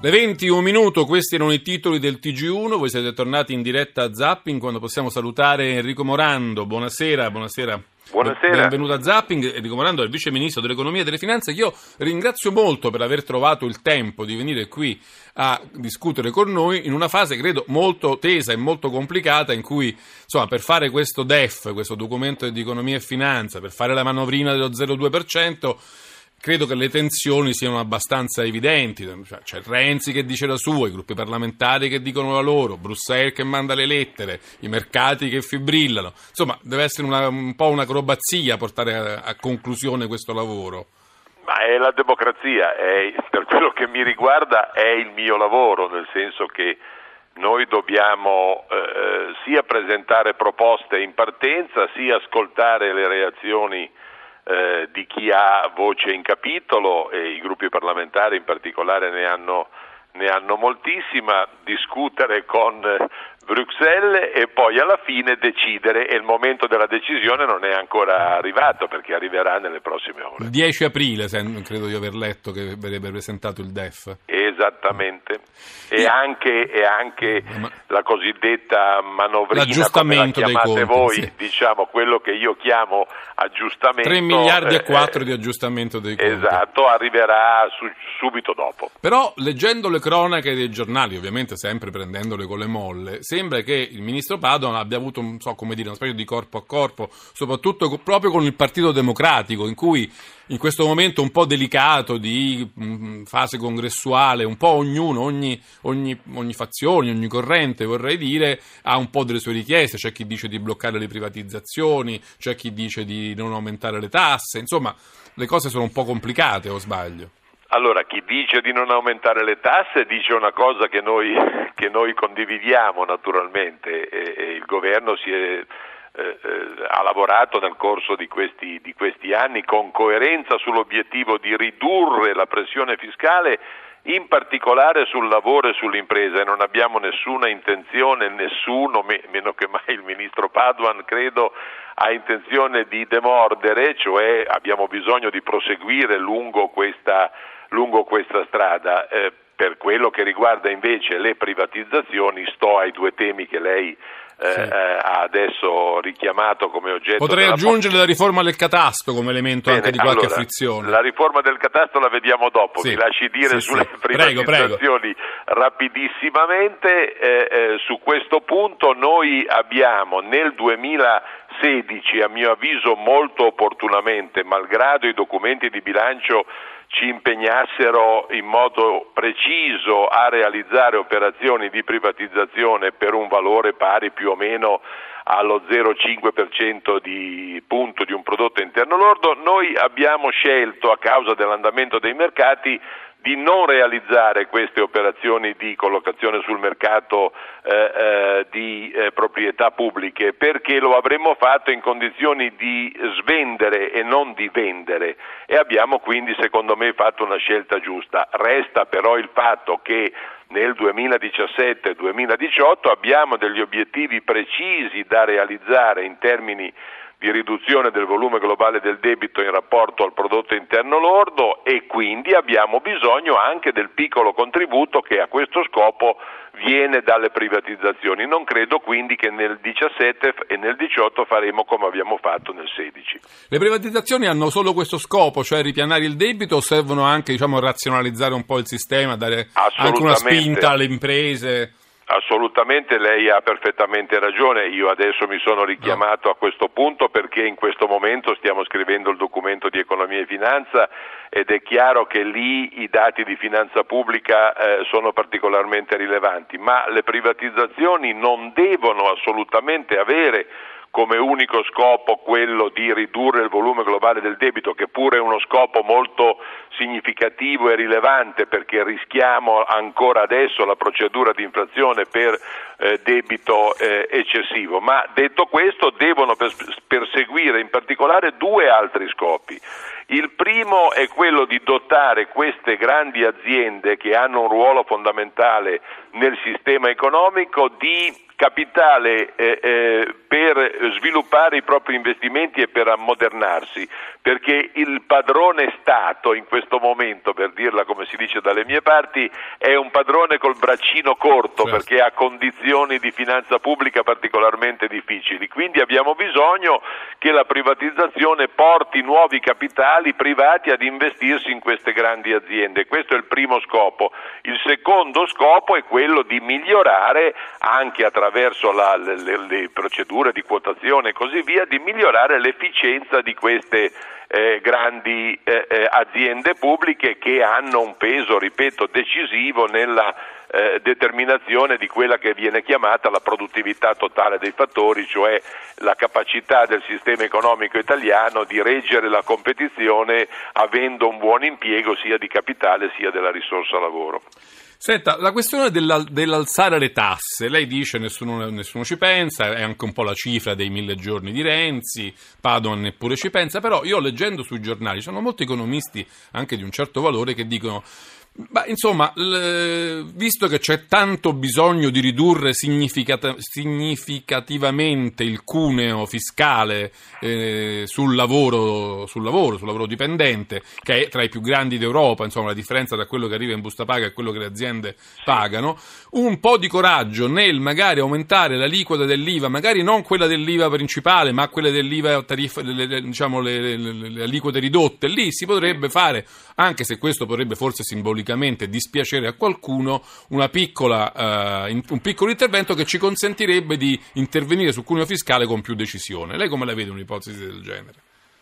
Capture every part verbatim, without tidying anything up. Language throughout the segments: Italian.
Le venti, un minuto, questi erano i titoli del T G uno, voi siete tornati in diretta a Zapping quando possiamo salutare Enrico Morando. Buonasera, buonasera. Buonasera. Benvenuto a Zapping. Enrico Morando è il Vice Ministro dell'Economia e delle Finanze, che io ringrazio molto per aver trovato il tempo di venire qui a discutere con noi in una fase, credo, molto tesa e molto complicata, in cui, insomma, per fare questo D E F, questo documento di economia e finanza, per fare la manovrina dello zero virgola due per cento, credo che le tensioni siano abbastanza evidenti. C'è Renzi che dice la sua, i gruppi parlamentari che dicono la loro, Bruxelles che manda le lettere, i mercati che fibrillano. Insomma, deve essere una, un po' un'acrobazia portare a, a conclusione questo lavoro. Ma è la democrazia, è, per quello che mi riguarda è il mio lavoro, nel senso che noi dobbiamo eh, sia presentare proposte in partenza, sia ascoltare le reazioni Eh, di chi ha voce in capitolo, e i gruppi parlamentari in particolare ne hanno, ne hanno moltissima, discutere con eh, Bruxelles e poi alla fine decidere, e il momento della decisione non è ancora arrivato perché arriverà nelle prossime ore. Il dieci aprile, credo di aver letto che verrebbe presentato il D E F. Esattamente, e anche, e anche Ma... la cosiddetta manovrina, l'aggiustamento come la chiamate dei conti, voi, sì. Diciamo quello che io chiamo aggiustamento. tre miliardi e quattro eh, di aggiustamento dei conti. Esatto, arriverà su, subito dopo. Però leggendo le cronache dei giornali, ovviamente sempre prendendole con le molle, sembra che il ministro Padoan abbia avuto, non so come dire, una specie di corpo a corpo, soprattutto co- proprio con il Partito Democratico, in cui in questo momento un po' delicato di mh, fase congressuale, un po' ognuno, ogni, ogni, ogni fazione, ogni corrente, vorrei dire, ha un po' delle sue richieste. C'è chi dice di bloccare le privatizzazioni, c'è chi dice di non aumentare le tasse, insomma le cose sono un po' complicate, o sbaglio? Allora, chi dice di non aumentare le tasse dice una cosa che noi, che noi condividiamo naturalmente, e, e il governo si è Eh, eh, ha lavorato nel corso di questi, di questi anni con coerenza sull'obiettivo di ridurre la pressione fiscale, in particolare sul lavoro e sull'impresa, e non abbiamo nessuna intenzione, nessuno, me, meno che mai il ministro Padoan, credo, ha intenzione di demordere, cioè abbiamo bisogno di proseguire lungo questa, lungo questa strada. Eh, per quello che riguarda invece le privatizzazioni, sto ai due temi che lei Eh, sì. eh, ha adesso richiamato come oggetto. Potrei aggiungere po- la riforma del catasto come elemento Bene, anche di qualche allora, frizione. La riforma del catasto la vediamo dopo, sì. Mi lasci dire sì, sulle sì. privatizzazioni prego, prego. rapidissimamente. Eh, eh, su questo punto noi abbiamo nel duemilasedici, a mio avviso molto opportunamente, malgrado i documenti di bilancio ci impegnassero in modo preciso a realizzare operazioni di privatizzazione per un valore pari più o meno allo zero virgola cinque per cento di punto di un prodotto interno lordo, noi abbiamo scelto, a causa dell'andamento dei mercati, di non realizzare queste operazioni di collocazione sul mercato eh, eh, di eh, proprietà pubbliche, perché lo avremmo fatto in condizioni di svendere e non di vendere, e abbiamo quindi, secondo me, fatto una scelta giusta. Resta però il fatto che nel duemiladiciassette duemiladiciotto abbiamo degli obiettivi precisi da realizzare in termini di riduzione del volume globale del debito in rapporto al prodotto interno lordo, e quindi abbiamo bisogno anche del piccolo contributo che a questo scopo viene dalle privatizzazioni. Non credo quindi che nel diciassette e nel diciotto faremo come abbiamo fatto nel sedici. Le privatizzazioni hanno solo questo scopo, cioè ripianare il debito, o servono anche, diciamo, razionalizzare un po' il sistema, dare anche una spinta alle imprese? Assolutamente, lei ha perfettamente ragione. Io adesso mi sono richiamato no. a questo punto perché in questo momento stiamo scrivendo il documento di economia e finanza, ed è chiaro che lì i dati di finanza pubblica eh, sono particolarmente rilevanti, ma le privatizzazioni non devono assolutamente avere come unico scopo quello di ridurre il volume globale del debito, che pure è uno scopo molto significativo e rilevante, perché rischiamo ancora adesso la procedura di infrazione per eh, debito eh, eccessivo. Ma detto questo, devono pers- perseguire in particolare due altri scopi. Il primo è quello di dotare queste grandi aziende che hanno un ruolo fondamentale nel sistema economico di capitale eh, eh, per sviluppare i propri investimenti e per ammodernarsi, perché il padrone Stato in questo momento, per dirla come si dice dalle mie parti, è un padrone col braccino corto, certo, perché ha condizioni di finanza pubblica particolarmente difficili. Quindi abbiamo bisogno che la privatizzazione porti nuovi capitali privati ad investirsi in queste grandi aziende. Questo è il primo scopo. Il secondo scopo è quello di migliorare, anche attraverso la, le, le procedure di quotazione e così via, di migliorare l'efficienza di queste eh, grandi eh, eh, aziende pubbliche che hanno un peso, ripeto, decisivo nella eh, determinazione di quella che viene chiamata la produttività totale dei fattori, cioè la capacità del sistema economico italiano di reggere la competizione avendo un buon impiego sia di capitale sia della risorsa lavoro. Senta, la questione dell'al- dell'alzare le tasse, lei dice nessuno, nessuno ci pensa, è anche un po' la cifra dei mille giorni di Renzi, Padoan neppure ci pensa, però io leggendo sui giornali ci sono molti economisti anche di un certo valore che dicono: beh, insomma, l- visto che c'è tanto bisogno di ridurre significata- significativamente il cuneo fiscale eh, sul lavoro, sul lavoro, sul lavoro dipendente, che è tra i più grandi d'Europa, insomma la differenza tra quello che arriva in busta paga e quello che le aziende pagano, un po' di coraggio nel magari aumentare l'aliquota dell'I V A, magari non quella dell'I V A principale, ma quelle dell'I V A tariffa, le, le, diciamo le, le, le, le aliquote ridotte, lì si potrebbe fare, anche se questo potrebbe forse simbolicamente dispiacere a qualcuno, una piccola, uh, un piccolo intervento che ci consentirebbe di intervenire sul cuneo fiscale con più decisione. Lei come la vede un'ipotesi del genere?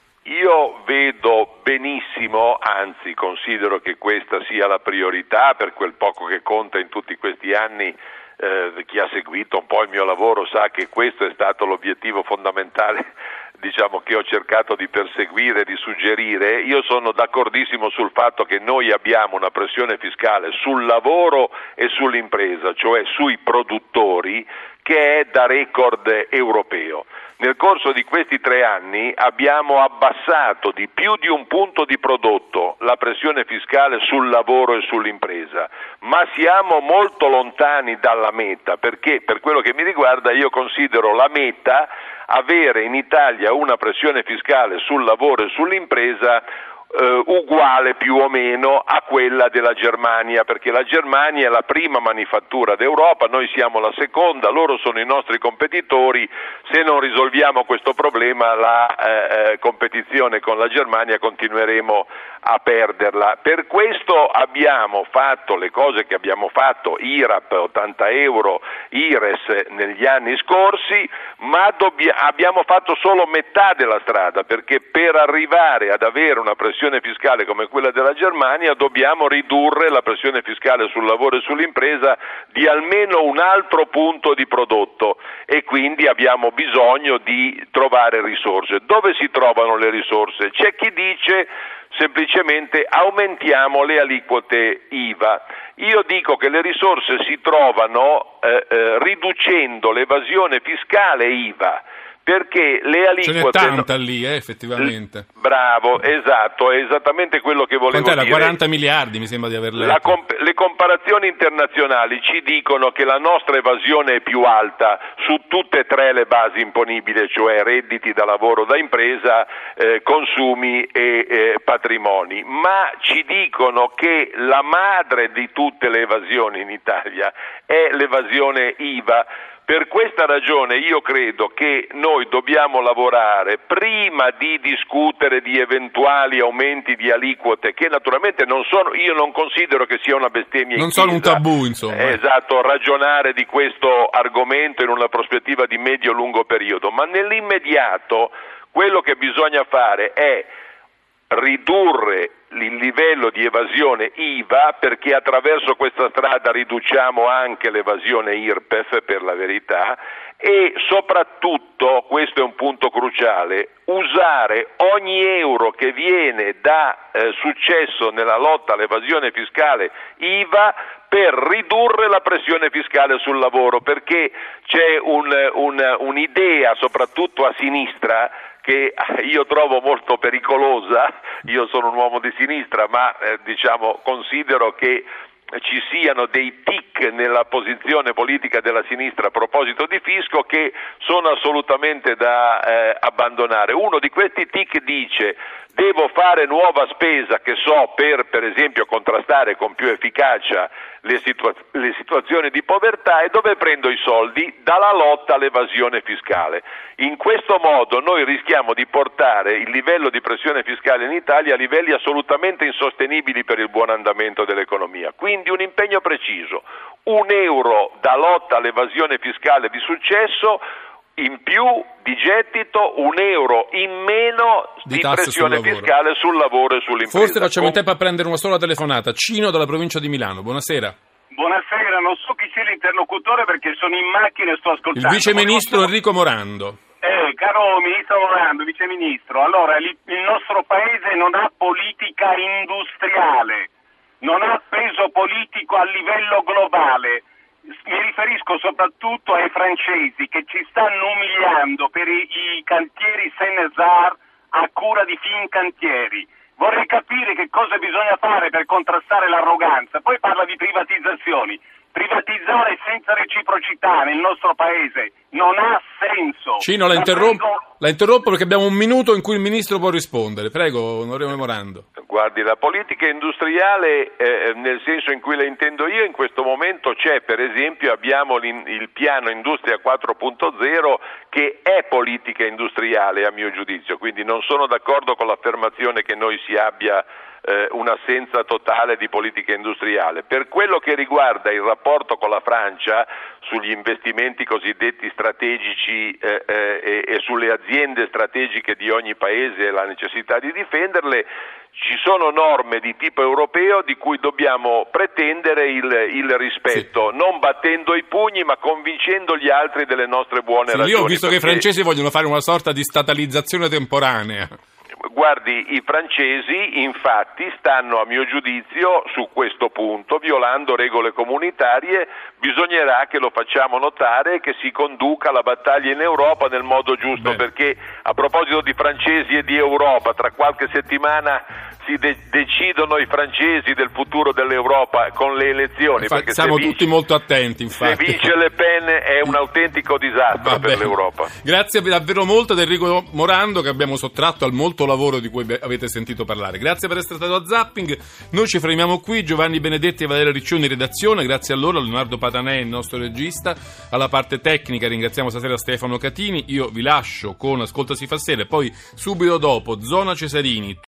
Io vedo benissimo, anzi considero che questa sia la priorità per quel poco che conta in tutti questi anni. Eh, chi ha seguito un po' il mio lavoro sa che questo è stato l'obiettivo fondamentale, diciamo, che ho cercato di perseguire, di suggerire. Io sono d'accordissimo sul fatto che noi abbiamo una pressione fiscale sul lavoro e sull'impresa, cioè sui produttori, che è da record europeo. Nel corso di questi tre anni abbiamo abbassato di più di un punto di prodotto la pressione fiscale sul lavoro e sull'impresa, ma siamo molto lontani dalla meta, perché per quello che mi riguarda io considero la meta avere in Italia una pressione fiscale sul lavoro e sull'impresa Uh, uguale più o meno a quella della Germania, perché la Germania è la prima manifattura d'Europa, noi siamo la seconda, loro sono i nostri competitori. Se non risolviamo questo problema la eh, competizione con la Germania continueremo a perderla. Per questo abbiamo fatto le cose che abbiamo fatto, I R A P ottanta euro, I R E S negli anni scorsi, ma dobbia- abbiamo fatto solo metà della strada, perché per arrivare ad avere una pressione fiscale come quella della Germania dobbiamo ridurre la pressione fiscale sul lavoro e sull'impresa di almeno un altro punto di prodotto, e quindi abbiamo bisogno di trovare risorse. Dove si trovano le risorse? C'è chi dice semplicemente aumentiamo le aliquote I V A. Io dico che le risorse si trovano eh, eh, riducendo l'evasione fiscale I V A, perché le aliquote... Ce n'è tanta lì, eh, effettivamente. Bravo, esatto, è esattamente quello che volevo Quant'era? dire. quaranta miliardi mi sembra di aver letto. La comp- le comparazioni internazionali ci dicono che la nostra evasione è più alta su tutte e tre le basi imponibili, cioè redditi da lavoro, da impresa, eh, consumi e eh, patrimoni, ma ci dicono che la madre di tutte le evasioni in Italia è l'evasione I V A. Per questa ragione io credo che noi dobbiamo lavorare prima di discutere di eventuali aumenti di aliquote, che naturalmente non sono, io non considero che sia una bestemmia. Non sono un tabù, insomma. Esatto, ragionare di questo argomento in una prospettiva di medio-lungo periodo, ma nell'immediato quello che bisogna fare è ridurre il livello di evasione I V A, perché attraverso questa strada riduciamo anche l'evasione I R P E F, per la verità, e soprattutto, questo è un punto cruciale, usare ogni euro che viene da eh, successo nella lotta all'evasione fiscale I V A per ridurre la pressione fiscale sul lavoro, perché c'è un, un, un'idea, soprattutto a sinistra, che che io trovo molto pericolosa. Io sono un uomo di sinistra, ma eh, diciamo considero che ci siano dei tic nella posizione politica della sinistra a proposito di fisco che sono assolutamente da eh, abbandonare. Uno di questi tic dice: devo fare nuova spesa, che so, per per esempio contrastare con più efficacia le, situa- le situazioni di povertà, e dove prendo i soldi? Dalla lotta all'evasione fiscale. In questo modo noi rischiamo di portare il livello di pressione fiscale in Italia a livelli assolutamente insostenibili per il buon andamento dell'economia. Quindi un impegno preciso: un euro da lotta all'evasione fiscale di successo in più di gettito, un euro in meno di, di pressione sul fiscale sul lavoro e sull'impresa. Forse facciamo in tempo a prendere una sola telefonata. Cino dalla provincia di Milano, buonasera. Buonasera, non so chi sia l'interlocutore perché sono in macchina e sto ascoltando. Il vice ministro Enrico Morando. Eh, caro ministro Morando, vice ministro, allora il, il nostro paese non ha politica industriale, non ha peso politico a livello globale. Mi riferisco soprattutto ai francesi che ci stanno umiliando per i, i cantieri Seine-Sar a cura di Fincantieri. Vorrei capire che cosa bisogna fare per contrastare l'arroganza. Poi parla di privatizzazioni. Privatizzare senza reciprocità nel nostro paese non ha senso. Cino, la, la, interrompo, prego... la interrompo perché abbiamo un minuto in cui il ministro può rispondere. Prego, onorevole Morando. Guardi, la politica industriale, eh, nel senso in cui la intendo io, in questo momento c'è. Per esempio abbiamo il piano Industria quattro punto zero che è politica industriale a mio giudizio, quindi non sono d'accordo con l'affermazione che noi si abbia eh, un'assenza totale di politica industriale. Per quello che riguarda il rapporto con la Francia sugli investimenti cosiddetti strategici eh, eh, e, e sulle aziende strategiche di ogni paese e la necessità di difenderle, ci sono norme di tipo europeo di cui dobbiamo pretendere il, il rispetto, sì, non battendo i pugni ma convincendo gli altri delle nostre buone sì, ragioni. Io ho visto perché... che i francesi vogliono fare una sorta di statalizzazione temporanea. Guardi, i francesi infatti stanno a mio giudizio su questo punto violando regole comunitarie. Bisognerà che lo facciamo notare e che si conduca la battaglia in Europa nel modo giusto. Bene. Perché a proposito di francesi e di Europa, tra qualche settimana si de- decidono i francesi del futuro dell'Europa con le elezioni. Infatti, perché siamo tutti vince, molto attenti, infatti. Se vince Le Pen è un autentico disastro per l'Europa. Grazie davvero molto ad Enrico Morando, che abbiamo sottratto al molto lavoro di cui avete sentito parlare. Grazie per essere stato a Zapping. Noi ci fermiamo qui. Giovanni Benedetti e Valeria Riccioni in redazione, grazie a loro, a Leonardo Patanè, il nostro regista, alla parte tecnica ringraziamo stasera Stefano Catini. Io vi lascio con Ascolta si fa sera e poi subito dopo Zona Cesarini.